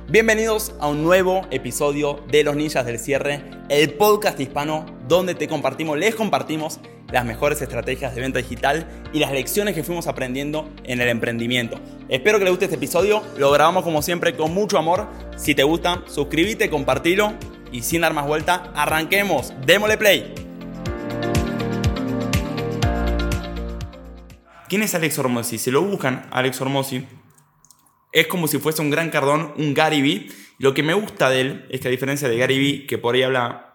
Bienvenidos a un nuevo episodio de Los Ninjas del Cierre, el podcast hispano donde les compartimos las mejores estrategias de venta digital y las lecciones que fuimos aprendiendo en el emprendimiento. Espero que les guste este episodio, lo grabamos como siempre con mucho amor. Si te gusta, suscríbete, compartilo y sin dar más vuelta, arranquemos, démosle play. ¿Quién es Alex Hormozi? Si lo buscan, Alex Hormozi es como si fuese un Grant Cardone, un Gary Vee. Lo que me gusta de él es que, a diferencia de Gary Vee, que por ahí habla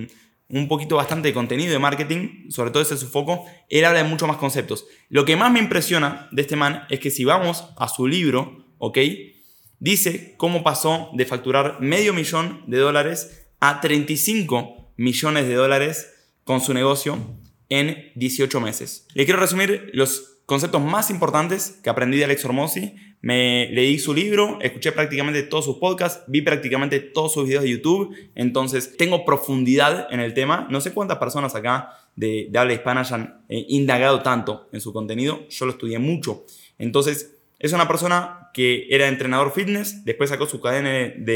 un poquito bastante de contenido de marketing, sobre todo ese es su foco, él habla de muchos más conceptos. Lo que más me impresiona de este man es que si vamos a su libro, ¿ok? Dice cómo pasó de facturar $500,000 a $35 millones con su negocio en 18 meses. Les quiero resumir los conceptos más importantes que aprendí de Alex Hormozi. Me leí su libro, escuché prácticamente todos sus podcasts, vi prácticamente todos sus videos de YouTube, entonces tengo profundidad en el tema. No sé cuántas personas acá de habla hispana hayan indagado tanto en su contenido, yo lo estudié mucho. Entonces es una persona que era entrenador fitness, después sacó su cadena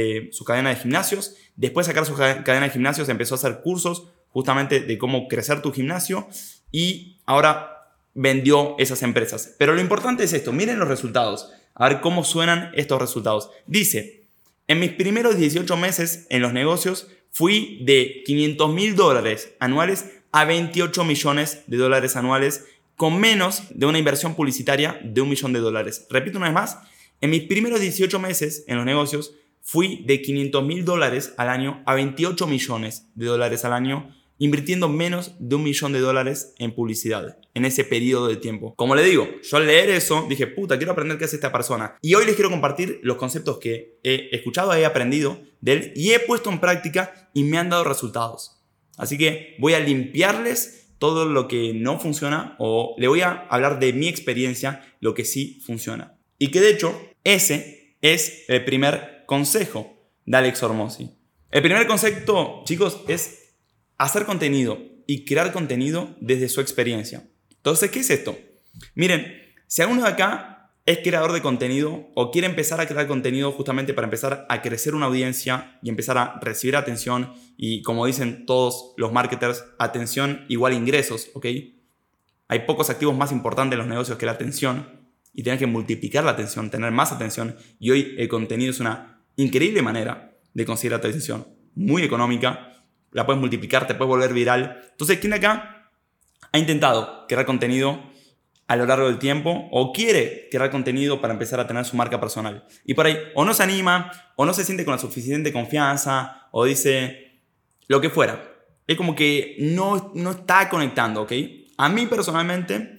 de gimnasios, después de sacar su cadena de gimnasios empezó a hacer cursos justamente de cómo crecer tu gimnasio y ahora vendió esas empresas. Pero lo importante es esto, miren los resultados. A ver cómo suenan estos resultados. Dice, en mis primeros 18 meses en los negocios fui de $500,000 anuales a $28 millones anuales con menos de una inversión publicitaria de $1 millón. Repito una vez más, en mis primeros 18 meses en los negocios fui de $500,000 al año a $28 millones al año, invirtiendo menos de $1 millón en publicidad en ese periodo de tiempo. Como le digo, yo al leer eso dije, puta, quiero aprender qué hace esta persona. Y hoy les quiero compartir los conceptos que he escuchado, he aprendido de él y he puesto en práctica y me han dado resultados. Así que voy a limpiarles todo lo que no funciona o le voy a hablar de mi experiencia, lo que sí funciona. Y que de hecho, ese es el primer consejo de Alex Hormozi. El primer concepto, chicos, es hacer contenido y crear contenido desde su experiencia. Entonces, ¿qué es esto? Miren, si alguno de acá es creador de contenido o quiere empezar a crear contenido justamente para empezar a crecer una audiencia y empezar a recibir atención y, como dicen todos los marketers, atención igual ingresos, ¿ok? Hay pocos activos más importantes en los negocios que la atención y tienes que multiplicar la atención, tener más atención, y hoy el contenido es una increíble manera de conseguir atención, muy económica. La puedes multiplicar, te puedes volver viral. Entonces, ¿quién de acá ha intentado crear contenido a lo largo del tiempo o quiere crear contenido para empezar a tener su marca personal? Y por ahí o no se anima, o no se siente con la suficiente confianza, o dice lo que fuera. Es como que no está conectando, ¿ok? A mí personalmente,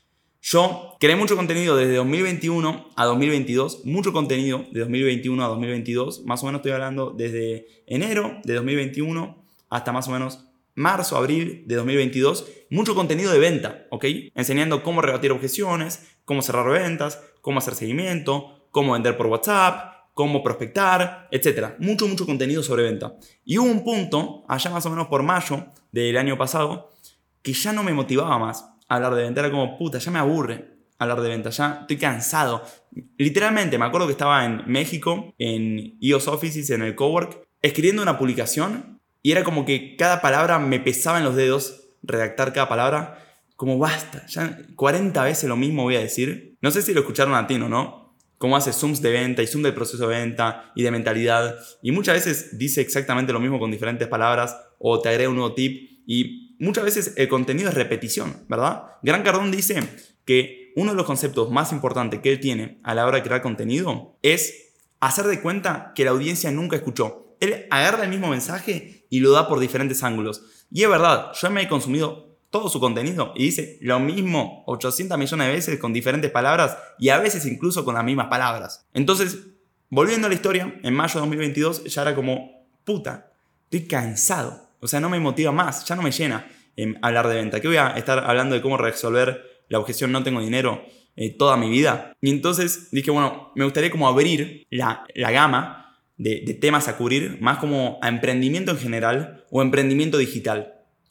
yo creé mucho contenido desde 2021 a 2022. Mucho contenido de 2021 a 2022. Más o menos estoy hablando desde enero de 2021 hasta más o menos marzo, abril de 2022, mucho contenido de venta, ¿ok? Enseñando cómo rebatir objeciones, cómo cerrar ventas, cómo hacer seguimiento, cómo vender por WhatsApp, cómo prospectar, etc. Mucho contenido sobre venta. Y hubo un punto, allá más o menos por mayo del año pasado, que ya no me motivaba más hablar de venta. Era como, puta, ya me aburre hablar de venta, ya estoy cansado. Literalmente, me acuerdo que estaba en México, en EOS Offices, en el Cowork, escribiendo una publicación. Y era como que cada palabra me pesaba en los dedos, redactar cada palabra. Como basta, ya 40 veces lo mismo voy a decir. No sé si lo escucharon a ti o no. Cómo hace zooms de venta y zoom del proceso de venta y de mentalidad. Y muchas veces dice exactamente lo mismo con diferentes palabras o te agrega un nuevo tip. Y muchas veces el contenido es repetición, ¿verdad? Grant Cardone dice que uno de los conceptos más importantes que él tiene a la hora de crear contenido es hacer de cuenta que la audiencia nunca escuchó. Él agarra el mismo mensaje y lo da por diferentes ángulos. Y es verdad, yo me he consumido todo su contenido y dice lo mismo 800 millones de veces con diferentes palabras y a veces incluso con las mismas palabras. Entonces, volviendo a la historia, en mayo de 2022 ya era como, puta, estoy cansado. O sea, no me motiva más, ya no me llena hablar de venta. ¿Qué voy a estar hablando de cómo resolver la objeción no tengo dinero toda mi vida? Y entonces dije, bueno, me gustaría como abrir la gama de temas a cubrir, más como a emprendimiento en general o emprendimiento digital.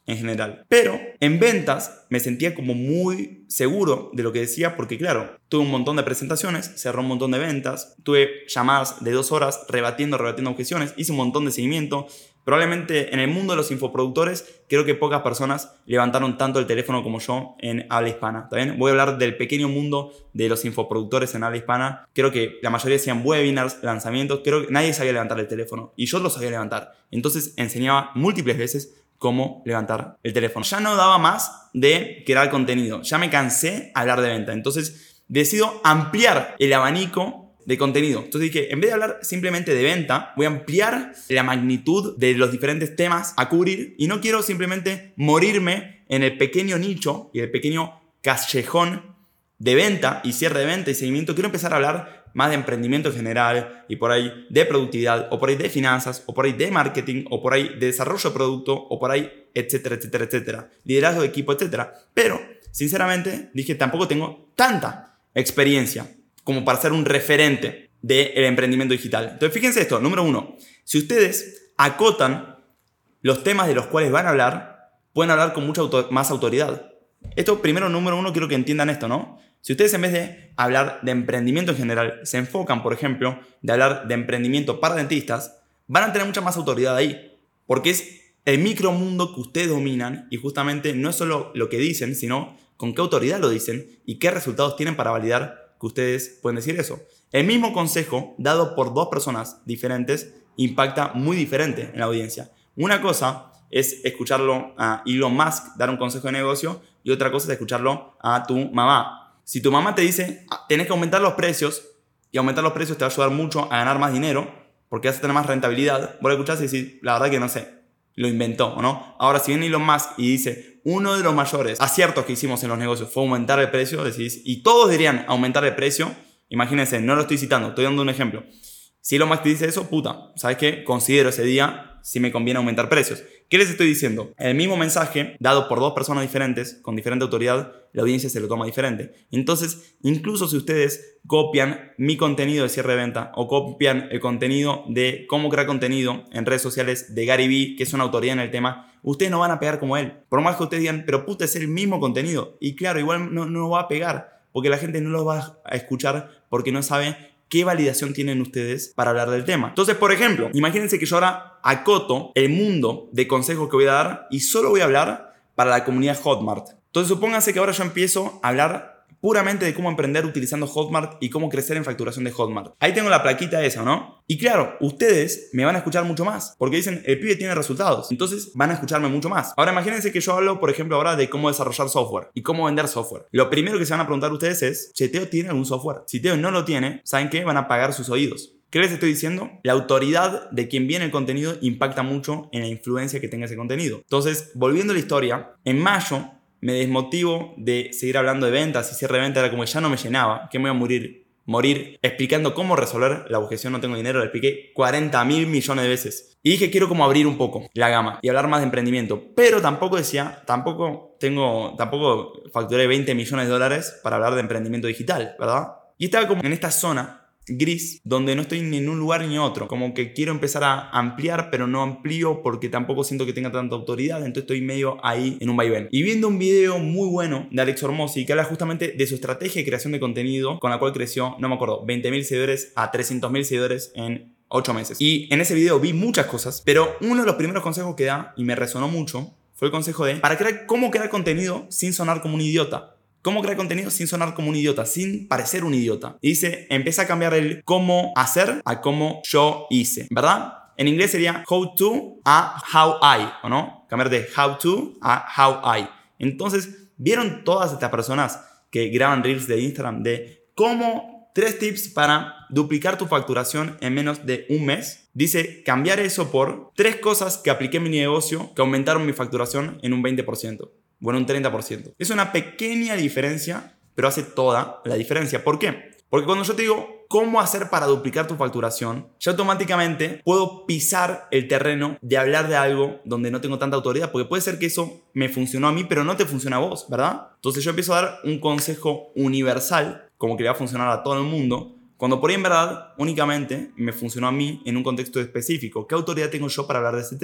en general. Pero en ventas me sentía como muy seguro de lo que decía porque, claro, tuve un montón de presentaciones, cerré un montón de ventas, tuve llamadas de 2 horas rebatiendo objeciones, hice un montón de seguimiento. Probablemente en el mundo de los infoproductores creo que pocas personas levantaron tanto el teléfono como yo en habla hispana. ¿Está bien? Voy a hablar del pequeño mundo de los infoproductores en habla hispana. Creo que la mayoría hacían webinars, lanzamientos. Creo que nadie sabía levantar el teléfono y yo lo sabía levantar. Entonces enseñaba múltiples veces cómo levantar el teléfono. Ya no daba más de crear contenido. Ya me cansé de hablar de venta. Entonces decido ampliar el abanico de contenido. Entonces dije, en vez de hablar simplemente de venta, voy a ampliar la magnitud de los diferentes temas a cubrir y no quiero simplemente morirme en el pequeño nicho y el pequeño callejón de venta y cierre de venta y seguimiento. Quiero empezar a hablar más de emprendimiento en general y por ahí de productividad o por ahí de finanzas o por ahí de marketing o por ahí de desarrollo de producto o por ahí etcétera, etcétera, etcétera. Liderazgo de equipo, etcétera. Pero, sinceramente, dije, tampoco tengo tanta experiencia como para ser un referente del emprendimiento digital. Entonces, fíjense esto. Número 1. Si ustedes acotan los temas de los cuales van a hablar, pueden hablar con mucha más autoridad. Esto, primero, número 1, quiero que entiendan esto, ¿no? Si ustedes en vez de hablar de emprendimiento en general, se enfocan, por ejemplo, de hablar de emprendimiento para dentistas, van a tener mucha más autoridad ahí. Porque es el micromundo que ustedes dominan y justamente no es solo lo que dicen, sino con qué autoridad lo dicen y qué resultados tienen para validar que ustedes pueden decir eso. El mismo consejo dado por 2 personas diferentes impacta muy diferente en la audiencia. Una cosa es escucharlo a Elon Musk dar un consejo de negocio y otra cosa es escucharlo a tu mamá. Si tu mamá te dice, tenés que aumentar los precios y aumentar los precios te va a ayudar mucho a ganar más dinero porque vas a tener más rentabilidad, vos lo escuchás y decís, la verdad que no sé, lo inventó, ¿o no? Ahora, si viene Elon Musk y dice, uno de los mayores aciertos que hicimos en los negocios fue aumentar el precio, decís, y todos dirían aumentar el precio, imagínense, no lo estoy citando, estoy dando un ejemplo. Si Elon Musk te dice eso, puta, ¿sabes qué? Considero ese día si me conviene aumentar precios. ¿Qué les estoy diciendo? El mismo mensaje, dado por 2 personas diferentes, con diferente autoridad, la audiencia se lo toma diferente. Entonces, incluso si ustedes copian mi contenido de cierre de venta o copian el contenido de cómo crear contenido en redes sociales de Gary Vee, que es una autoridad en el tema, ustedes no van a pegar como él. Por más que ustedes digan, pero puta, es el mismo contenido. Y claro, igual no va a pegar, porque la gente no lo va a escuchar porque no sabe qué validación tienen ustedes para hablar del tema. Entonces, por ejemplo, imagínense que yo ahora acoto el mundo de consejos que voy a dar y solo voy a hablar para la comunidad Hotmart. Entonces, supónganse que ahora yo empiezo a hablar puramente de cómo emprender utilizando Hotmart y cómo crecer en facturación de Hotmart. Ahí tengo la plaquita esa, ¿no? Y claro, ustedes me van a escuchar mucho más porque dicen, el pibe tiene resultados. Entonces van a escucharme mucho más. Ahora imagínense que yo hablo, por ejemplo, ahora de cómo desarrollar software y cómo vender software. Lo primero que se van a preguntar ustedes es, che, ¿Teo tiene algún software? Si Teo no lo tiene, ¿saben qué? Van a apagar sus oídos. ¿Qué les estoy diciendo? La autoridad de quien viene el contenido impacta mucho en la influencia que tenga ese contenido. Entonces, volviendo a la historia, en mayo me desmotivo de seguir hablando de ventas y cierre de venta, era como que ya no me llenaba, que me iba a morir explicando cómo resolver la objeción no tengo dinero, lo expliqué 40.000 millones de veces. Y dije, quiero como abrir un poco la gama y hablar más de emprendimiento, pero tampoco facturé 20 millones de dólares para hablar de emprendimiento digital, ¿verdad? Y estaba como en esta zona gris donde no estoy ni en un lugar ni en otro, como que quiero empezar a ampliar pero no amplío porque tampoco siento que tenga tanta autoridad, entonces estoy medio ahí en un vaivén. Y viendo un video muy bueno de Alex Hormozi que habla justamente de su estrategia de creación de contenido con la cual creció, no me acuerdo, 20.000 seguidores a 300.000 seguidores en 8 meses. Y en ese video vi muchas cosas, pero uno de los primeros consejos que da y me resonó mucho fue el consejo de cómo crear contenido sin sonar como un idiota. ¿Cómo crear contenido sin sonar como un idiota? Sin parecer un idiota. Y dice, empieza a cambiar el cómo hacer a cómo yo hice, ¿verdad? En inglés sería how to a how I, ¿o no? Cambiar de how to a how I. Entonces, ¿vieron todas estas personas que graban reels de Instagram de cómo 3 tips para duplicar tu facturación en menos de un mes? Dice, cambiar eso por 3 cosas que apliqué en mi negocio que aumentaron mi facturación en un 20%. Bueno, un 30%. Es una pequeña diferencia, pero hace toda la diferencia. ¿Por qué? Porque cuando yo te digo cómo hacer para duplicar tu facturación, yo automáticamente puedo pisar el terreno de hablar de algo donde no tengo tanta autoridad, porque puede ser que eso me funcionó a mí, pero no te funciona a vos, ¿verdad? Entonces yo empiezo a dar un consejo universal, como que le va a funcionar a todo el mundo, cuando por ahí en verdad únicamente me funcionó a mí en un contexto específico. ¿Qué autoridad tengo yo para hablar de ese tema?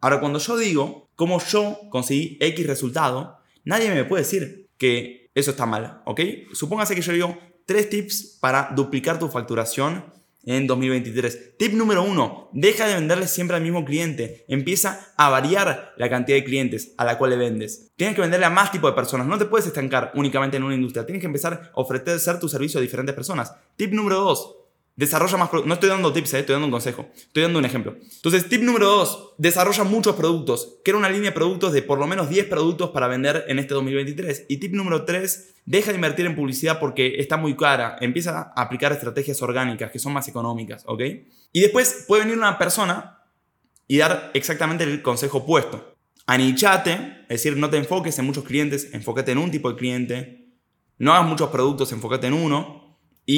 Ahora, cuando yo digo cómo yo conseguí X resultado, nadie me puede decir que eso está mal, ¿ok? Supóngase que yo digo 3 tips para duplicar tu facturación en 2023. Tip número 1, deja de venderle siempre al mismo cliente. Empieza a variar la cantidad de clientes a la cual le vendes. Tienes que venderle a más tipos de personas. No te puedes estancar únicamente en una industria. Tienes que empezar a ofrecer tu servicio a diferentes personas. Tip número 2, desarrolla más productos. No estoy dando tips, estoy dando un consejo. Estoy dando un ejemplo. Entonces, tip número 2, desarrolla muchos productos. Crea una línea de productos de por lo menos 10 productos para vender en este 2023. Y tip número 3, deja de invertir en publicidad porque está muy cara. Empieza a aplicar estrategias orgánicas que son más económicas, ¿ok? Y después puede venir una persona y dar exactamente el consejo opuesto. Anichate, es decir, no te enfoques en muchos clientes, enfócate en un tipo de cliente. No hagas muchos productos, enfócate en uno.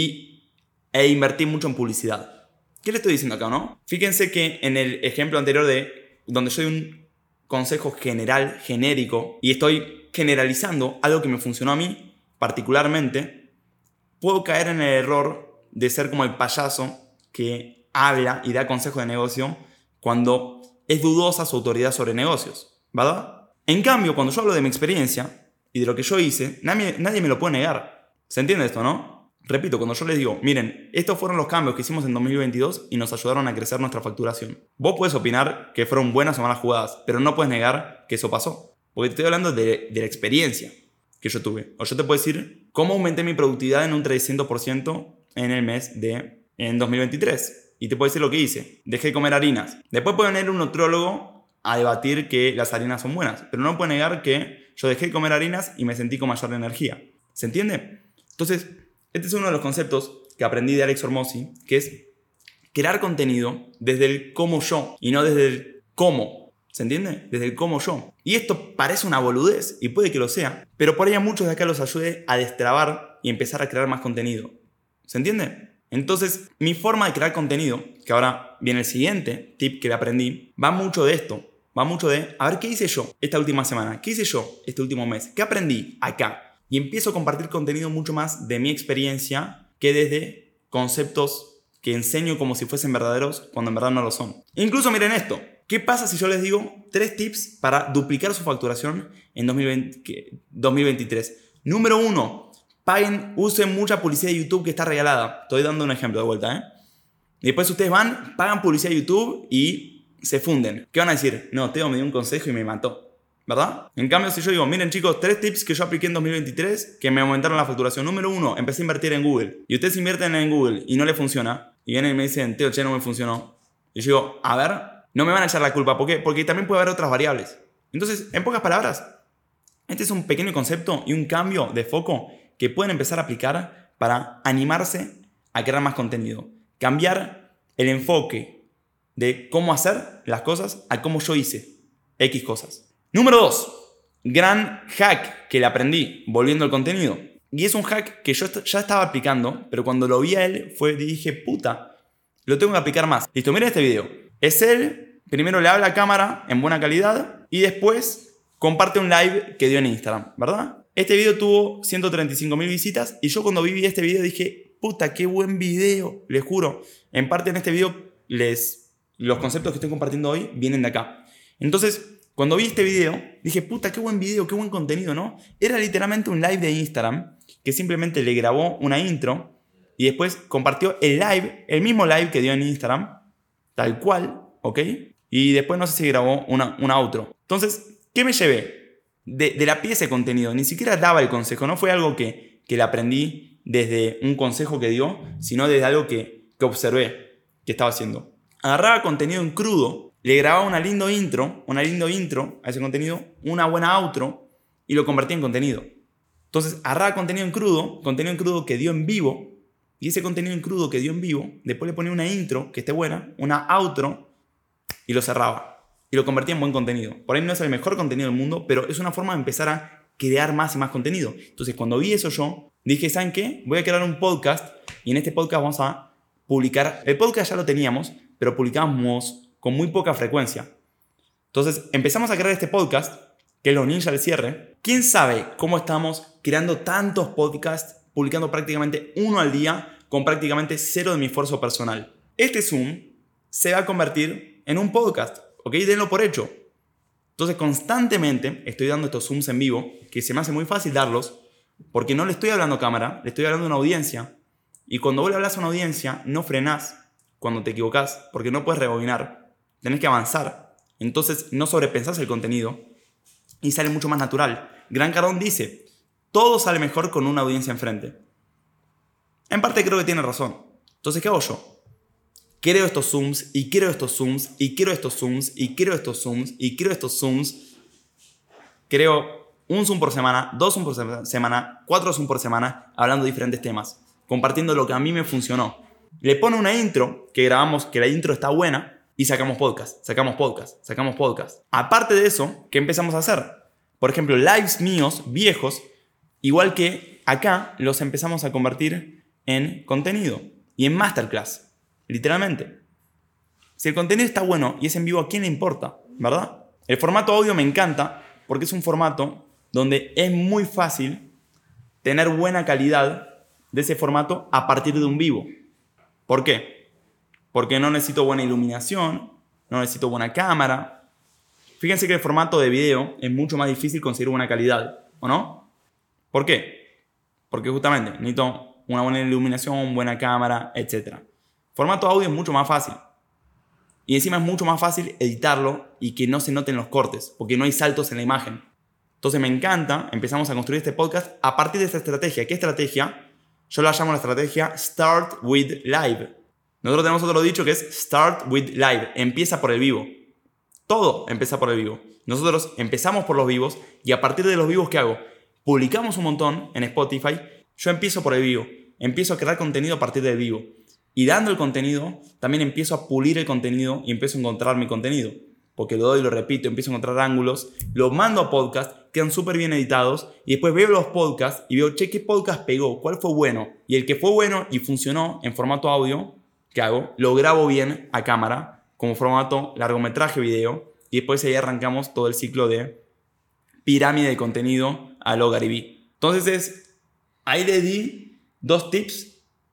E invertir mucho en publicidad. ¿Qué le estoy diciendo acá, no? Fíjense que en el ejemplo anterior de donde soy un consejo general, genérico, y estoy generalizando algo que me funcionó a mí particularmente, puedo caer en el error de ser como el payaso que habla y da consejos de negocio cuando es dudosa su autoridad sobre negocios, ¿verdad? En cambio, cuando yo hablo de mi experiencia y de lo que yo hice, nadie me lo puede negar. ¿Se entiende esto, no? Repito, cuando yo les digo, miren, estos fueron los cambios que hicimos en 2022 y nos ayudaron a crecer nuestra facturación. Vos puedes opinar que fueron buenas o malas jugadas, pero no puedes negar que eso pasó. Porque te estoy hablando de la experiencia que yo tuve. O yo te puedo decir cómo aumenté mi productividad en un 300% en el mes en 2023. Y te puedo decir lo que hice. Dejé de comer harinas. Después puede venir un nutrólogo a debatir que las harinas son buenas, pero no puede negar que yo dejé de comer harinas y me sentí con mayor energía. ¿Se entiende? Entonces, este es uno de los conceptos que aprendí de Alex Hormozi, que es crear contenido desde el cómo yo y no desde el cómo. ¿Se entiende? Desde el cómo yo. Y esto parece una boludez, y puede que lo sea, pero por ahí a muchos de acá los ayude a destrabar y empezar a crear más contenido. ¿Se entiende? Entonces, mi forma de crear contenido, que ahora viene el siguiente tip que le aprendí, va mucho de esto. Va mucho de, a ver, ¿qué hice yo esta última semana? ¿Qué hice yo este último mes? ¿Qué aprendí acá? Y empiezo a compartir contenido mucho más de mi experiencia que desde conceptos que enseño como si fuesen verdaderos cuando en verdad no lo son. Incluso miren esto. ¿Qué pasa si yo les digo 3 tips para duplicar su facturación en 2023? Número 1. Usen mucha publicidad de YouTube que está regalada. Estoy dando un ejemplo de vuelta, ¿eh? Y después ustedes pagan publicidad de YouTube y se funden. ¿Qué van a decir? No, Teo me dio un consejo y me mató. ¿Verdad? En cambio, si yo digo, miren chicos, 3 tips que yo apliqué en 2023 que me aumentaron la facturación. Número 1, empecé a invertir en Google. Y ustedes invierten en Google y no les funciona. Y vienen y me dicen, Teo, che, no me funcionó. Y yo digo, a ver, no me van a echar la culpa. ¿Por qué? Porque también puede haber otras variables. Entonces, en pocas palabras, este es un pequeño concepto y un cambio de foco que pueden empezar a aplicar para animarse a crear más contenido. Cambiar el enfoque de cómo hacer las cosas a cómo yo hice X cosas. Número 2, gran hack que le aprendí volviendo al contenido. Y es un hack que yo ya estaba aplicando, pero cuando lo vi a él dije, puta, lo tengo que aplicar más. Listo, miren este video. Es él, primero le habla a cámara en buena calidad y después comparte un live que dio en Instagram, ¿verdad? Este video tuvo 135.000 visitas y yo cuando vi este video dije, puta, qué buen video, les juro. En parte en este video los conceptos que estoy compartiendo hoy vienen de acá. Entonces, cuando vi este video, dije, puta, qué buen video, qué buen contenido, ¿no? Era literalmente un live de Instagram que simplemente le grabó una intro y después compartió el mismo live que dio en Instagram, tal cual, ¿ok? Y después no sé si grabó una outro. Entonces, ¿qué me llevé de la pieza de contenido? Ni siquiera daba el consejo, no fue algo que le aprendí desde un consejo que dio, sino desde algo que observé que estaba haciendo. Agarraba contenido en crudo, le grababa una linda intro a ese contenido, una buena outro y lo convertía en contenido. Entonces agarraba contenido en crudo que dio en vivo, y ese contenido en crudo que dio en vivo, después le ponía una intro que esté buena, una outro y lo cerraba. Y lo convertía en buen contenido. Por ahí no es el mejor contenido del mundo, pero es una forma de empezar a crear más y más contenido. Entonces cuando vi eso yo, dije, ¿saben qué? Voy a crear un podcast y en este podcast vamos a publicar. El podcast ya lo teníamos, pero publicábamos con muy poca frecuencia. Entonces empezamos a crear este podcast, que es Los Ninjas del Cierre. ¿Quién sabe cómo estamos creando tantos podcasts, publicando prácticamente uno al día, con prácticamente cero de mi esfuerzo personal? Este Zoom se va a convertir en un podcast. ¿ok? Denlo por hecho. Entonces constantemente estoy dando estos Zooms en vivo, que se me hace muy fácil darlos, porque no le estoy hablando a cámara, le estoy hablando a una audiencia. Y cuando vos le hablas a una audiencia, no frenás cuando te equivocás, porque no puedes rebobinar. Tenés que avanzar. Entonces no sobrepensás el contenido y sale mucho más natural. Grant Cardone dice, todo sale mejor con una audiencia enfrente. En parte creo que tiene razón. Entonces, ¿qué hago yo? Creo estos Zooms y quiero estos Zooms y quiero estos Zooms y quiero estos Zooms y quiero estos Zooms. Creo un Zoom por semana, 2 Zoom por semana, 4 Zoom por semana, hablando de diferentes temas, compartiendo lo que a mí me funcionó. Le pone una intro que grabamos, que la intro está buena, y sacamos podcast. Aparte de eso, ¿qué empezamos a hacer? Por ejemplo, lives míos, viejos, igual que acá, los empezamos a convertir en contenido y en masterclass, literalmente. Si el contenido está bueno y es en vivo, ¿a quién le importa? ¿Verdad? El formato audio me encanta porque es un formato donde es muy fácil tener buena calidad de ese formato a partir de un vivo. ¿Por qué? Porque no necesito buena iluminación, no necesito buena cámara. Fíjense que el formato de video es mucho más difícil conseguir buena calidad, ¿o no? ¿Por qué? Porque justamente necesito una buena iluminación, buena cámara, etc. Formato audio es mucho más fácil. Y encima es mucho más fácil editarlo y que no se noten los cortes, porque no hay saltos en la imagen. Entonces me encanta, empezamos a construir este podcast a partir de esta estrategia. ¿Qué estrategia? Yo la llamo la estrategia Start with Live. Nosotros tenemos otro dicho que es Start with Live. Empieza por el vivo. Todo empieza por el vivo. Nosotros empezamos por los vivos y a partir de los vivos, ¿qué hago? Publicamos un montón en Spotify. Yo empiezo por el vivo. Empiezo a crear contenido a partir del vivo. Y dando el contenido, también empiezo a pulir el contenido y empiezo a encontrar mi contenido. Porque lo doy, lo repito, empiezo a encontrar ángulos, lo mando a podcast, quedan súper bien editados y después veo los podcasts y veo, che, ¿qué podcast pegó? ¿Cuál fue bueno? Y el que fue bueno y funcionó en formato audio, ¿qué hago? Lo grabo bien a cámara, como formato largometraje video y después ahí arrancamos todo el ciclo de pirámide de contenido a lo Gary Vee. Entonces, ahí le di 2 tips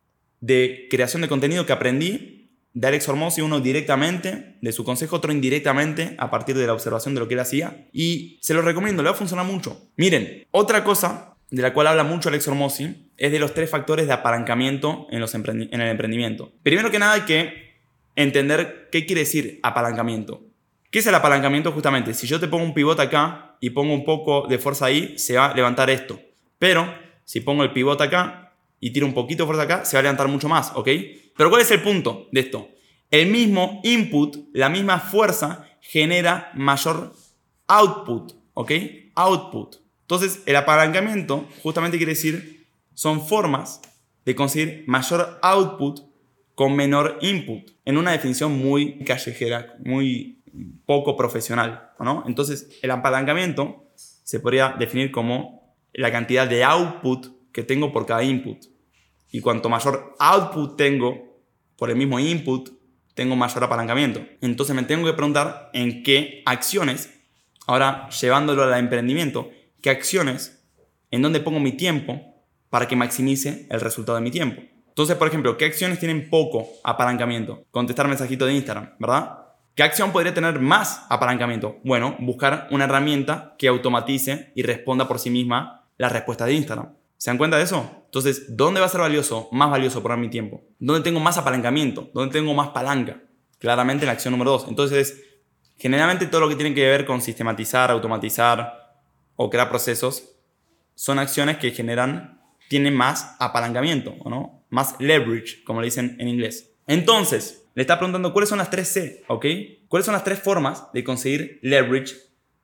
de creación de contenido que aprendí de Alex Hormozi, uno directamente de su consejo, otro indirectamente a partir de la observación de lo que él hacía, y se lo recomiendo, le va a funcionar mucho. Miren, otra cosa de la cual habla mucho Alex Hormozi es de los 3 factores de apalancamiento en el emprendimiento. Primero que nada hay que entender qué quiere decir apalancamiento. ¿Qué es el apalancamiento? Justamente, si yo te pongo un pivote acá y pongo un poco de fuerza ahí, se va a levantar esto. Pero si pongo el pivote acá y tiro un poquito de fuerza acá, se va a levantar mucho más, ¿ok? Pero ¿cuál es el punto de esto? El mismo input, la misma fuerza, genera mayor output, ¿ok? Output. Entonces, el apalancamiento justamente quiere decir, son formas de conseguir mayor output con menor input, en una definición muy callejera, muy poco profesional, ¿no? Entonces, el apalancamiento se podría definir como la cantidad de output que tengo por cada input. Y cuanto mayor output tengo por el mismo input, tengo mayor apalancamiento. Entonces me tengo que preguntar en qué acciones, ahora llevándolo al emprendimiento, qué acciones, en dónde pongo mi tiempo para que maximice el resultado de mi tiempo. Entonces, por ejemplo, ¿qué acciones tienen poco apalancamiento? Contestar mensajitos de Instagram, ¿verdad? ¿Qué acción podría tener más apalancamiento? Bueno, buscar una herramienta que automatice y responda por sí misma las respuestas de Instagram. ¿Se dan cuenta de eso? Entonces, ¿dónde va a ser más valioso poner mi tiempo? ¿Dónde tengo más apalancamiento? ¿Dónde tengo más palanca? Claramente en la acción número 2. Entonces, generalmente todo lo que tiene que ver con sistematizar, automatizar o crear procesos son acciones que tienen más apalancamiento, ¿o no? Más leverage, como le dicen en inglés. Entonces, le está preguntando cuáles son las 3 C, ¿ok? ¿Cuáles son las 3 formas de conseguir leverage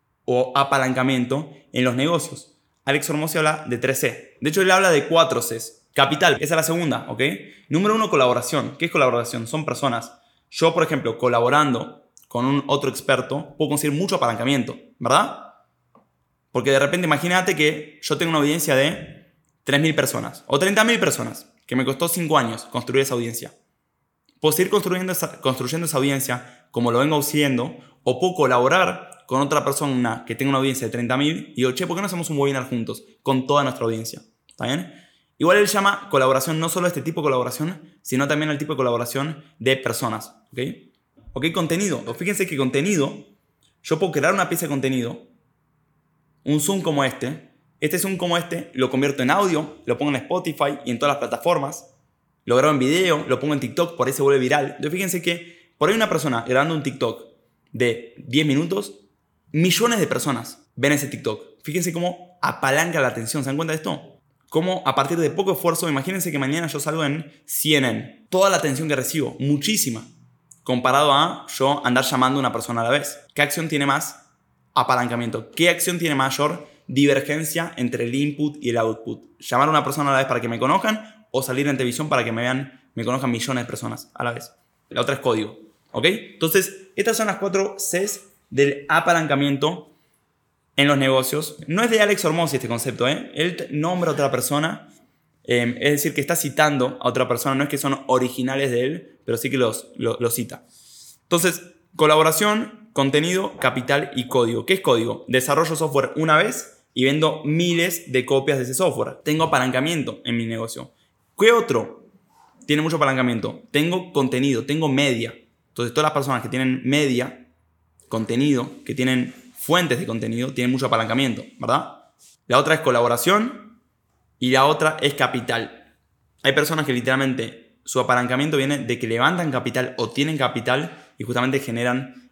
o apalancamiento en los negocios? Alex Hormozi habla de 3 C. De hecho, él habla de 4 Cs. Capital, esa es la segunda, ¿ok? Número 1, colaboración. ¿Qué es colaboración? Son personas. Yo, por ejemplo, colaborando con un otro experto, puedo conseguir mucho apalancamiento, ¿verdad? Porque de repente, imagínate que yo tengo una audiencia de 3.000 personas o 30.000 personas, que me costó 5 años construir esa audiencia. Puedo seguir construyendo esa audiencia como lo vengo haciendo, o puedo colaborar con otra persona que tenga una audiencia de 30.000 y digo, che, ¿por qué no hacemos un webinar juntos con toda nuestra audiencia? ¿Está bien? Igual él llama colaboración no solo este tipo de colaboración, sino también el tipo de colaboración de personas, ¿ok? ¿ok? Contenido. Fíjense que contenido, yo puedo crear una pieza de contenido, un Zoom como este Zoom como lo convierto en audio, lo pongo en Spotify y en todas las plataformas, lo grabo en video, lo pongo en TikTok, por ahí se vuelve viral. Entonces fíjense que por ahí una persona grabando un TikTok de 10 minutos, millones de personas ven ese TikTok. Fíjense cómo apalanca la atención, ¿se dan cuenta de esto? Cómo a partir de poco esfuerzo, imagínense que mañana yo salgo en CNN, toda la atención que recibo, muchísima, comparado a yo andar llamando a una persona a la vez. ¿Qué acción tiene más apalancamiento? ¿Qué acción tiene mayor divergencia entre el input y el output? ¿Llamar a una persona a la vez para que me conozcan o salir en televisión para que me conozcan millones de personas a la vez? La otra es código, ¿ok? Entonces, estas son las 4 Cs del apalancamiento en los negocios. No es de Alex Hormozi este concepto, ¿eh? Él nombra a otra persona, es decir, que está citando a otra persona, no es que son originales de él, pero sí que los cita. Entonces, colaboración, contenido, capital y código. ¿Qué es código? Desarrollo software una vez y vendo miles de copias de ese software. Tengo apalancamiento en mi negocio. ¿Qué otro tiene mucho apalancamiento? Tengo contenido, tengo media. Entonces, todas las personas que tienen media, contenido, que tienen fuentes de contenido, tienen mucho apalancamiento, ¿verdad? La otra es colaboración y la otra es capital. Hay personas que literalmente su apalancamiento viene de que levantan capital o tienen capital y justamente generan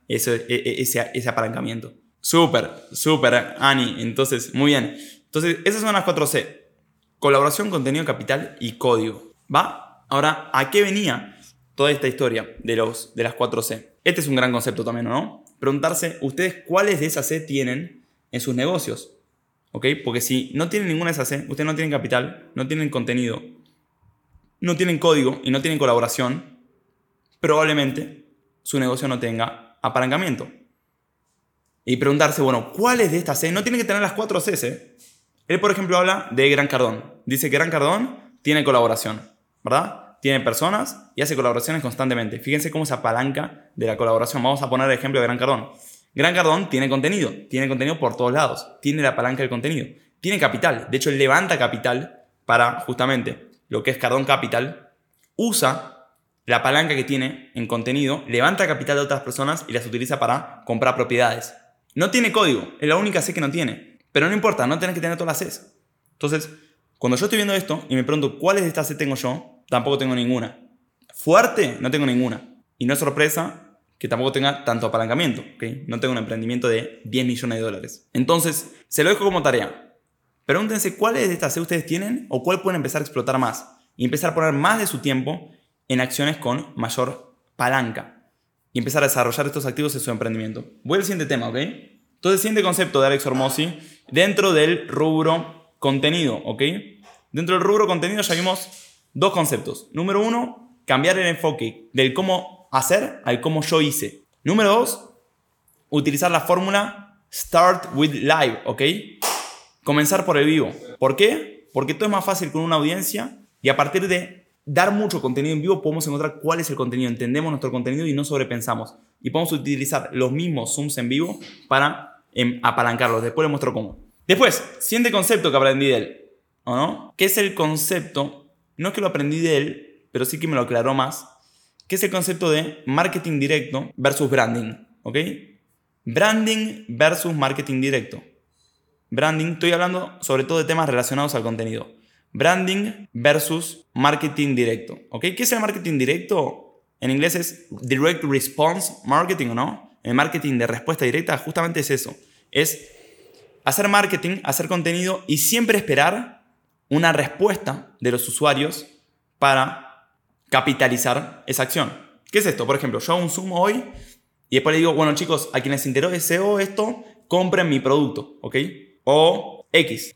ese apalancamiento. Súper, Ani. Entonces, muy bien. Entonces, esas son las 4 C. Colaboración, contenido, capital y código. ¿Va? Ahora, ¿a qué venía toda esta historia de las 4 C? Este es un gran concepto también, ¿no? Preguntarse, ¿ustedes cuáles de esas C tienen en sus negocios? ¿Ok? Porque si no tienen ninguna de esas C, ustedes no tienen capital, no tienen contenido, no tienen código y no tienen colaboración, probablemente su negocio no tenga apalancamiento. Y preguntarse, bueno, ¿cuáles de estas C? No tienen que tener las 4 Cs, ¿eh? Él, por ejemplo, habla de Grant Cardone. Dice que Grant Cardone tiene colaboración, ¿verdad? Tiene personas y hace colaboraciones constantemente. Fíjense cómo se apalanca de la colaboración. Vamos a poner el ejemplo de Grant Cardone. Grant Cardone tiene contenido por todos lados. Tiene la palanca del contenido. Tiene capital. De hecho, él levanta capital para justamente lo que es Cardone Capital. Usa la palanca que tiene en contenido, levanta capital de otras personas y las utiliza para comprar propiedades. No tiene código, es la única C que no tiene. Pero no importa, no tenés que tener todas las Cs. Entonces, cuando yo estoy viendo esto y me pregunto cuáles de estas C tengo yo, tampoco tengo ninguna. Fuerte, no tengo ninguna. Y no es sorpresa que tampoco tenga tanto apalancamiento, ¿okay? No tengo un emprendimiento de 10 millones de dólares. Entonces, se lo dejo como tarea. Pregúntense cuáles de estas C ustedes tienen o cuál pueden empezar a explotar más. Y empezar a poner más de su tiempo en acciones con mayor palanca. Y empezar a desarrollar estos activos en su emprendimiento. Voy al siguiente tema, ¿ok? Entonces, el siguiente concepto de Alex Hormozi dentro del rubro contenido, ¿ok? Dentro del rubro contenido ya vimos 2 conceptos. Número 1, cambiar el enfoque del cómo hacer al cómo yo hice. Número 2, utilizar la fórmula Start with Live, ¿ok? Comenzar por el vivo. ¿Por qué? Porque todo es más fácil con una audiencia y a partir de dar mucho contenido en vivo podemos encontrar cuál es el contenido, entendemos nuestro contenido y no sobrepensamos. Y podemos utilizar los mismos Zooms en vivo para apalancarlos. Después les muestro cómo. Después, siguiente concepto que aprendí de él, ¿o no? ¿Qué es el concepto? No es que lo aprendí de él, pero sí que me lo aclaró más. ¿Qué es el concepto de marketing directo versus branding? ¿Ok? Branding versus marketing directo. Branding, estoy hablando sobre todo de temas relacionados al contenido. Branding versus marketing directo. ¿Ok? ¿Qué es el marketing directo? En inglés es Direct Response Marketing, ¿o no? El marketing de respuesta directa justamente es eso. Es hacer marketing, hacer contenido y siempre esperar una respuesta de los usuarios para capitalizar esa acción. ¿Qué es esto? Por ejemplo, yo hago un Zoom hoy y después le digo, bueno chicos, a quienes interese esto, compren mi producto, ¿ok? O X,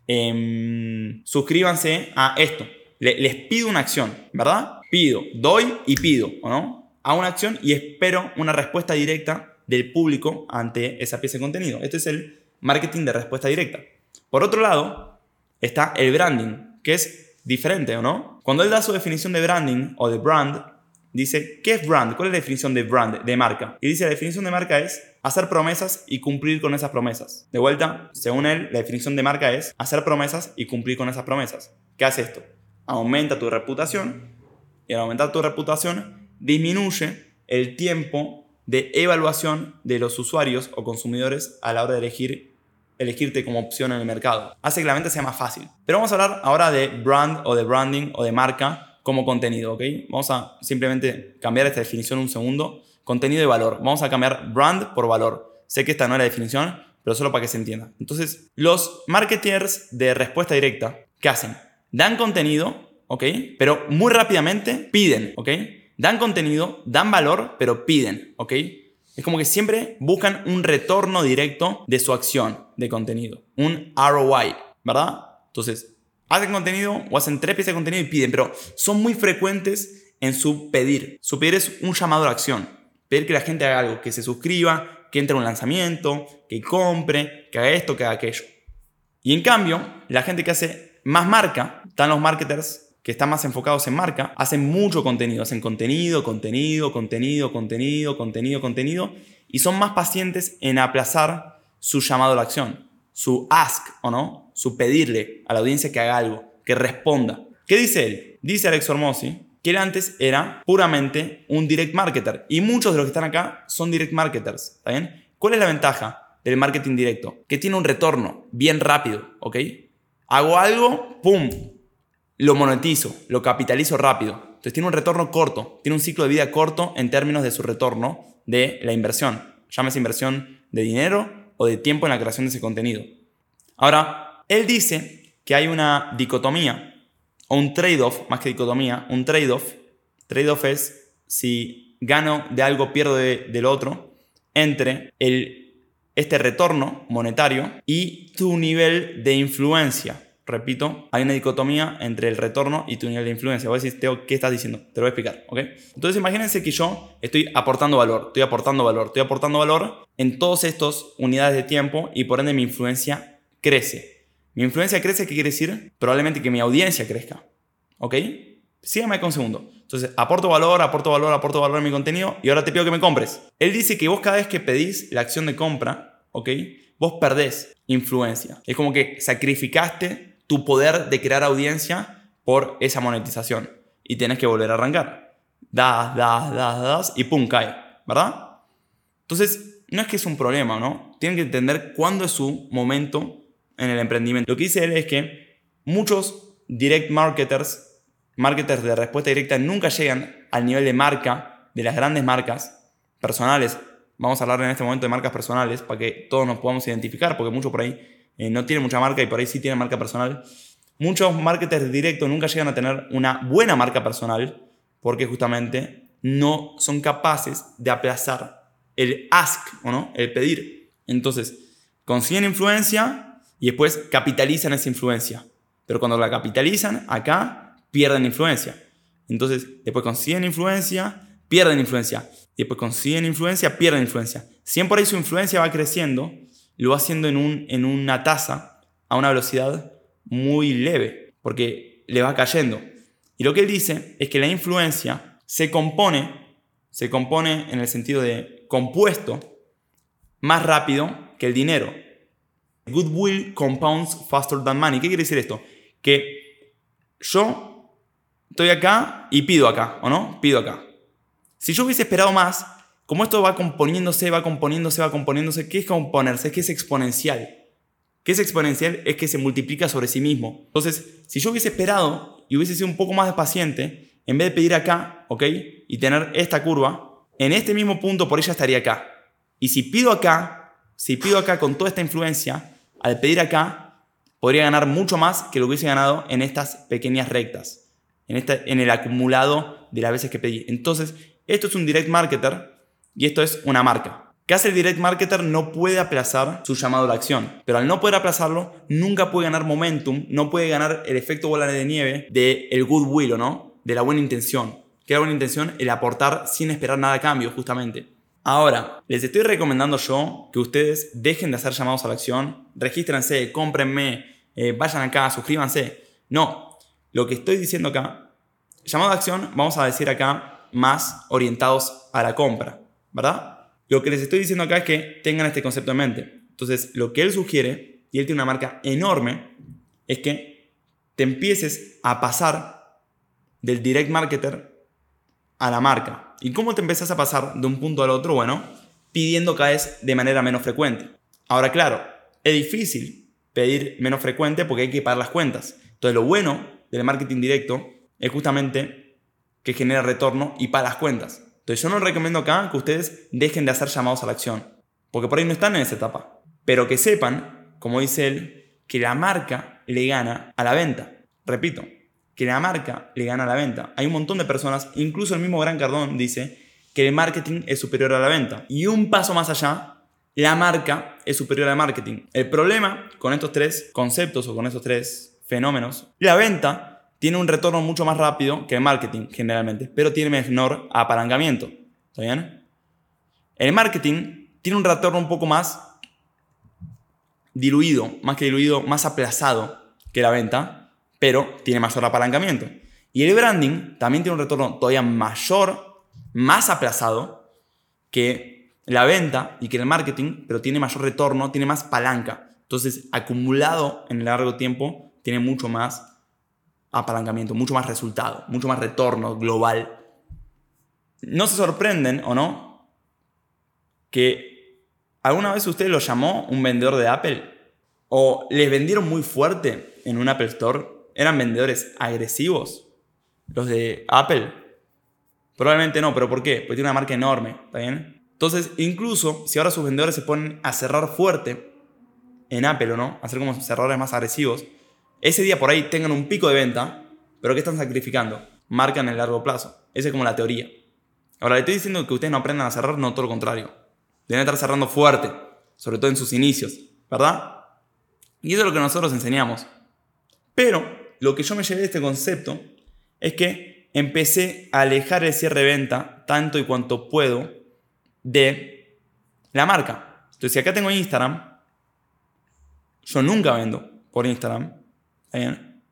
suscríbanse a esto. Les pido una acción, ¿verdad? Pido, doy y pido, ¿o no? Hago una acción y espero una respuesta directa del público ante esa pieza de contenido. Este es el marketing de respuesta directa. Por otro lado, está el branding, que es diferente, ¿o no? Cuando él da su definición de branding o de brand, dice, ¿qué es brand? ¿Cuál es la definición de brand, de marca? Y dice, la definición de marca es hacer promesas y cumplir con esas promesas. De vuelta, según él, la definición de marca es hacer promesas y cumplir con esas promesas. ¿Qué hace esto? Aumenta tu reputación y al aumentar tu reputación disminuye el tiempo de evaluación de los usuarios o consumidores a la hora de elegirte como opción en el mercado. Hace que la venta sea más fácil. Pero vamos a hablar ahora de brand o de branding o de marca como contenido, ¿ok? Vamos a simplemente cambiar esta definición un segundo. Contenido y valor. Vamos a cambiar brand por valor. Sé que esta no es la definición, pero solo para que se entienda. Entonces, los marketers de respuesta directa, ¿qué hacen? Dan contenido, ¿ok? Pero muy rápidamente piden, ¿ok? Dan contenido, dan valor, pero piden, ¿ok? Es como que siempre buscan un retorno directo de su acción de contenido. Un ROI, ¿verdad? Entonces, hacen contenido o hacen 3 piezas de contenido y piden, pero son muy frecuentes en su pedir. Su pedir es un llamado a la acción. Pedir que la gente haga algo, que se suscriba, que entre a un lanzamiento, que compre, que haga esto, que haga aquello. Y en cambio, la gente que hace más marca, están los marketers que están más enfocados en marca, hacen mucho contenido, hacen contenido, y son más pacientes en aplazar su llamado a la acción, su ask, ¿o no? Su pedirle a la audiencia que haga algo, que responda. ¿Qué dice él? Dice Alex Hormozi que él antes era puramente un direct marketer, y muchos de los que están acá son direct marketers, ¿está bien? ¿Cuál es la ventaja del marketing directo? Que tiene un retorno bien rápido, ¿ok? Hago algo, ¡pum!, lo monetizo, lo capitalizo rápido. Entonces tiene un retorno corto, tiene un ciclo de vida corto en términos de su retorno de la inversión. Llámese inversión de dinero o de tiempo en la creación de ese contenido. Ahora, él dice que hay una dicotomía o un trade-off, más que dicotomía, un trade-off. Trade-off es si gano de algo, pierdo del otro, entre este retorno monetario y tu nivel de influencia. Repito, hay una dicotomía entre el retorno y tu nivel de influencia. Vos decís, Teo, ¿qué estás diciendo? Te lo voy a explicar, ¿ok? Entonces imagínense que yo estoy aportando valor en todas estas unidades de tiempo y por ende mi influencia crece. Mi influencia crece, ¿qué quiere decir? Probablemente que mi audiencia crezca, ¿ok? Síganme acá un segundo. Entonces, aporto valor en mi contenido y ahora te pido que me compres. Él dice que vos cada vez que pedís la acción de compra, ¿ok?, vos perdés influencia. Es como que sacrificaste tu poder de crear audiencia por esa monetización y tienes que volver a arrancar. Das y pum, cae, ¿verdad? Entonces, no es que es un problema, ¿no? Tienen que entender cuándo es su momento en el emprendimiento. Lo que dice él es que muchos direct marketers de respuesta directa, nunca llegan al nivel de marca de las grandes marcas personales. Vamos a hablar en este momento de marcas personales para que todos nos podamos identificar, porque muchos por ahí no tienen mucha marca y por ahí sí tienen marca personal. Muchos marketers directos nunca llegan a tener una buena marca personal porque justamente no son capaces de aplazar el ask, ¿o no?, el pedir. Entonces, consiguen influencia y después capitalizan esa influencia. Pero cuando la capitalizan, acá pierden influencia. Entonces, después consiguen influencia, pierden influencia. Después consiguen influencia, pierden influencia. Si por ahí su influencia va creciendo, lo va haciendo en una tasa a una velocidad muy leve, porque le va cayendo. Y lo que él dice es que la influencia se compone en el sentido de compuesto más rápido que el dinero. Goodwill compounds faster than money. ¿Qué quiere decir esto? Que yo estoy acá y pido acá, ¿o no? Pido acá. Si yo hubiese esperado más, como esto va componiéndose, ¿qué es componerse? Es que es exponencial. ¿Qué es exponencial? Es que se multiplica sobre sí mismo. Entonces, si yo hubiese esperado y hubiese sido un poco más paciente, en vez de pedir acá, ¿ok?, y tener esta curva, en este mismo punto por ella estaría acá. Y si pido acá con toda esta influencia, al pedir acá, podría ganar mucho más que lo que hubiese ganado en estas pequeñas rectas, en el acumulado de las veces que pedí. Entonces, esto es un direct marketer y esto es una marca. ¿Qué hace el direct marketer? No puede aplazar su llamado a la acción. Pero al no poder aplazarlo, nunca puede ganar momentum, no puede ganar el efecto bola de nieve del goodwill, ¿o no?, de la buena intención. ¿Qué es la buena intención? El aportar sin esperar nada a cambio, justamente. Ahora, les estoy recomendando yo que ustedes dejen de hacer llamados a la acción, regístrense, cómprenme, vayan acá, suscríbanse. No, lo que estoy diciendo acá, llamado a acción, vamos a decir acá, más orientados a la compra, ¿verdad? Lo que les estoy diciendo acá es que tengan este concepto en mente. Entonces, lo que él sugiere, y él tiene una marca enorme, es que te empieces a pasar del direct marketer a la marca. ¿Y cómo te empezás a pasar de un punto al otro? Bueno, pidiendo cada vez de manera menos frecuente. Ahora, claro, es difícil pedir menos frecuente porque hay que pagar las cuentas. Entonces, lo bueno del marketing directo es justamente que genera retorno y paga las cuentas. Entonces, yo no recomiendo acá que ustedes dejen de hacer llamados a la acción, porque por ahí no están en esa etapa. Pero que sepan, como dice él, que la marca le gana a la venta. Repito, que la marca le gana a la venta. Hay un montón de personas, incluso el mismo Grant Cardone dice que el marketing es superior a la venta. Y un paso más allá, la marca es superior al marketing. El problema con estos tres conceptos o con estos tres fenómenos, la venta tiene un retorno mucho más rápido que el marketing generalmente, pero tiene menor apalancamiento. ¿Está bien? El marketing tiene un retorno un poco más diluido, más aplazado que la venta, pero tiene mayor apalancamiento. Y el branding también tiene un retorno todavía mayor, más aplazado que la venta y que el marketing, pero tiene mayor retorno, tiene más palanca. Entonces, acumulado en el largo tiempo, tiene mucho más apalancamiento, mucho más resultado, mucho más retorno global. ¿No se sorprenden o no que alguna vez usted lo llamó un vendedor de Apple? ¿O les vendieron muy fuerte en un Apple Store? ¿Eran vendedores agresivos los de Apple? Probablemente no, pero ¿por qué? Porque tiene una marca enorme, ¿está bien? Entonces, incluso si ahora sus vendedores se ponen a cerrar fuerte en Apple o no, a hacer como cerradores más agresivos, ese día por ahí tengan un pico de venta, pero ¿qué están sacrificando? Marca en el largo plazo. Esa es como la teoría. Ahora, le estoy diciendo que ustedes no aprendan a cerrar, no, todo lo contrario. Deben estar cerrando fuerte, sobre todo en sus inicios, ¿verdad? Y eso es lo que nosotros enseñamos. Pero lo que yo me llevé de este concepto es que empecé a alejar el cierre de venta tanto y cuanto puedo de la marca. Entonces, si acá tengo Instagram, yo nunca vendo por Instagram. ¿Está bien?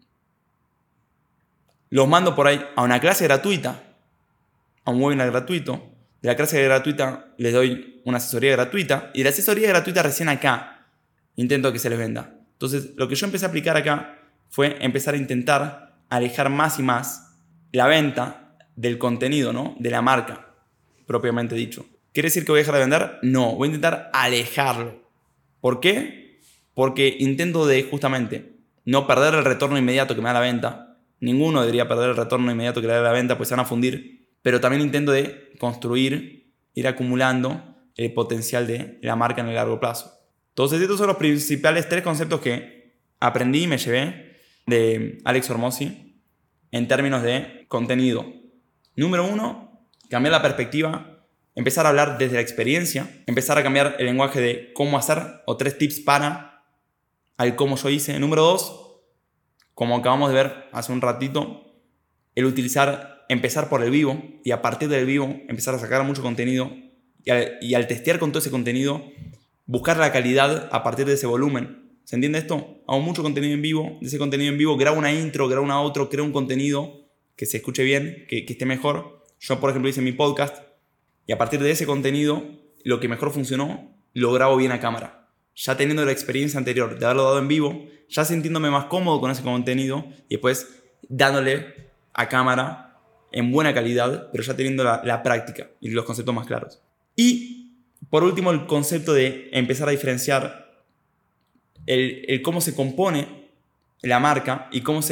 Los mando por ahí a una clase gratuita, a un webinar gratuito. De la clase gratuita les doy una asesoría gratuita y de la asesoría gratuita recién acá intento que se les venda. Entonces, lo que yo empecé a aplicar acá fue empezar a intentar alejar más y más la venta del contenido, ¿no? De la marca, propiamente dicho. ¿Quiere decir que voy a dejar de vender? No, voy a intentar alejarlo. ¿Por qué? Porque intento de justamente no perder el retorno inmediato que me da la venta. Ninguno debería perder el retorno inmediato que le da la venta, pues se van a fundir. Pero también intento de construir, ir acumulando el potencial de la marca en el largo plazo. Entonces, estos son los principales tres conceptos que aprendí y me llevé de Alex Hormozi en términos de contenido. Número 1, cambiar la perspectiva, empezar a hablar desde la experiencia, empezar a cambiar el lenguaje de cómo hacer o 3 tips para al cómo yo hice. Número 2, como acabamos de ver hace un ratito, el empezar por el vivo y a partir del vivo empezar a sacar mucho contenido y al testear con todo ese contenido, buscar la calidad a partir de ese volumen. ¿Se entiende esto? Hago mucho contenido en vivo, de ese contenido en vivo grabo una intro, grabo una outro, creo un contenido que se escuche bien, que esté mejor. Yo, por ejemplo, hice mi podcast y a partir de ese contenido, lo que mejor funcionó, lo grabo bien a cámara. Ya teniendo la experiencia anterior de haberlo dado en vivo, ya sintiéndome más cómodo con ese contenido y después dándole a cámara en buena calidad, pero ya teniendo la práctica y los conceptos más claros. Y por último, el concepto de empezar a diferenciar el cómo se compone la marca y cómo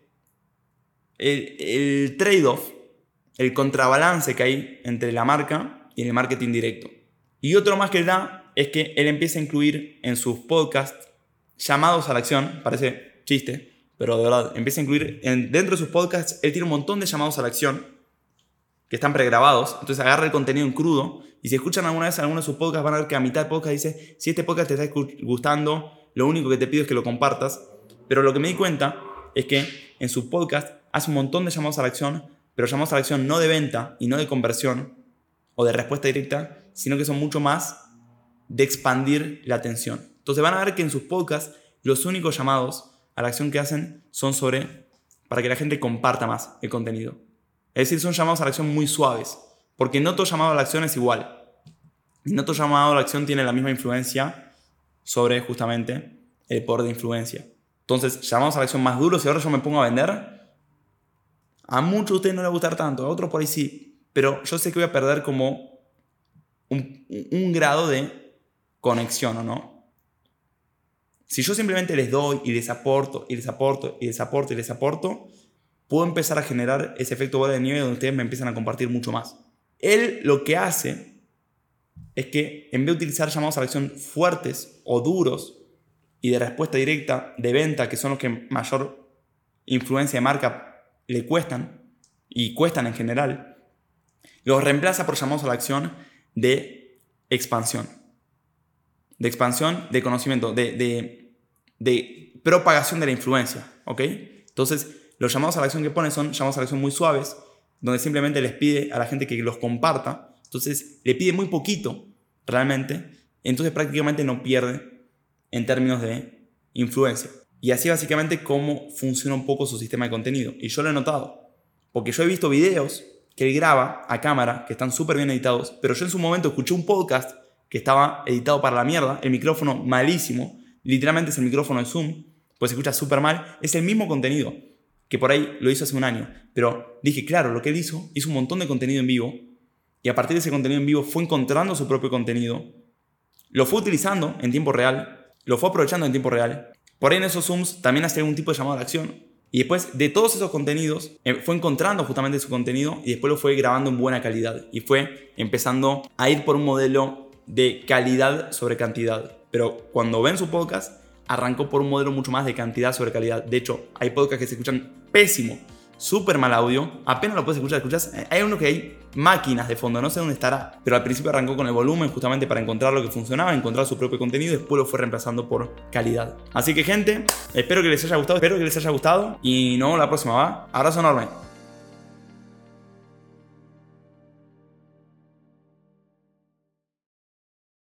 el trade-off, el contrabalance que hay entre la marca y el marketing directo. Y otro más que él da es que él empieza a incluir en sus podcasts llamados a la acción, parece chiste, pero de verdad, empieza a incluir dentro de sus podcasts, él tiene un montón de llamados a la acción que están pregrabados, entonces agarra el contenido en crudo y si escuchan alguna vez alguno de sus podcasts van a ver que a mitad del podcast dice, si este podcast te está gustando, lo único que te pido es que lo compartas. Pero lo que me di cuenta es que en su podcast hace un montón de llamados a la acción, pero llamados a la acción no de venta y no de conversión o de respuesta directa, sino que son mucho más de expandir la atención. Entonces van a ver que en sus podcasts los únicos llamados a la acción que hacen son para que la gente comparta más el contenido. Es decir, son llamados a la acción muy suaves, porque no todo llamado a la acción es igual. Y no todo llamado a la acción tiene la misma influencia sobre justamente el poder de influencia. Entonces, llamados a la acción más duros, y ahora yo me pongo a vender, a muchos de ustedes no les va a gustar tanto, a otros por ahí sí, pero yo sé que voy a perder como un grado de conexión, ¿o no? Si yo simplemente les doy y les aporto, y les aporto, y les aporto, y les aporto, puedo empezar a generar ese efecto bola de nieve donde ustedes me empiezan a compartir mucho más. Él lo que hace es que en vez de utilizar llamados a la acción fuertes o duros y de respuesta directa de venta, que son los que mayor influencia de marca le cuestan, y cuestan en general, los reemplaza por llamados a la acción de expansión. De expansión, de conocimiento, de propagación de la influencia, ¿ok? Entonces, los llamados a la acción que pone son llamados a la acción muy suaves, donde simplemente les pide a la gente que los comparta. Entonces, le pide muy poquito, realmente. Entonces, prácticamente no pierde en términos de influencia. Y así básicamente cómo funciona un poco su sistema de contenido. Y yo lo he notado, porque yo he visto videos que él graba a cámara, que están súper bien editados, pero yo en su momento escuché un podcast que estaba editado para la mierda, el micrófono malísimo, literalmente es el micrófono de Zoom, pues se escucha súper mal, es el mismo contenido, que por ahí lo hizo hace un año, pero dije, claro, lo que él hizo un montón de contenido en vivo, y a partir de ese contenido en vivo fue encontrando su propio contenido, lo fue utilizando en tiempo real, lo fue aprovechando en tiempo real, por ahí en esos Zooms también hacía algún tipo de llamado a la acción, y después de todos esos contenidos, fue encontrando justamente su contenido y después lo fue grabando en buena calidad. Y fue empezando a ir por un modelo de calidad sobre cantidad. Pero cuando ven su podcast, arrancó por un modelo mucho más de cantidad sobre calidad. De hecho, hay podcasts que se escuchan pésimo, súper mal audio. Apenas lo puedes escuchar. Hay uno que hay máquinas de fondo, no sé dónde estará. Pero al principio arrancó con el volumen justamente para encontrar lo que funcionaba, encontrar su propio contenido y después lo fue reemplazando por calidad. Así que gente, espero que les haya gustado y nos vemos la próxima, ¿va? Abrazo enorme.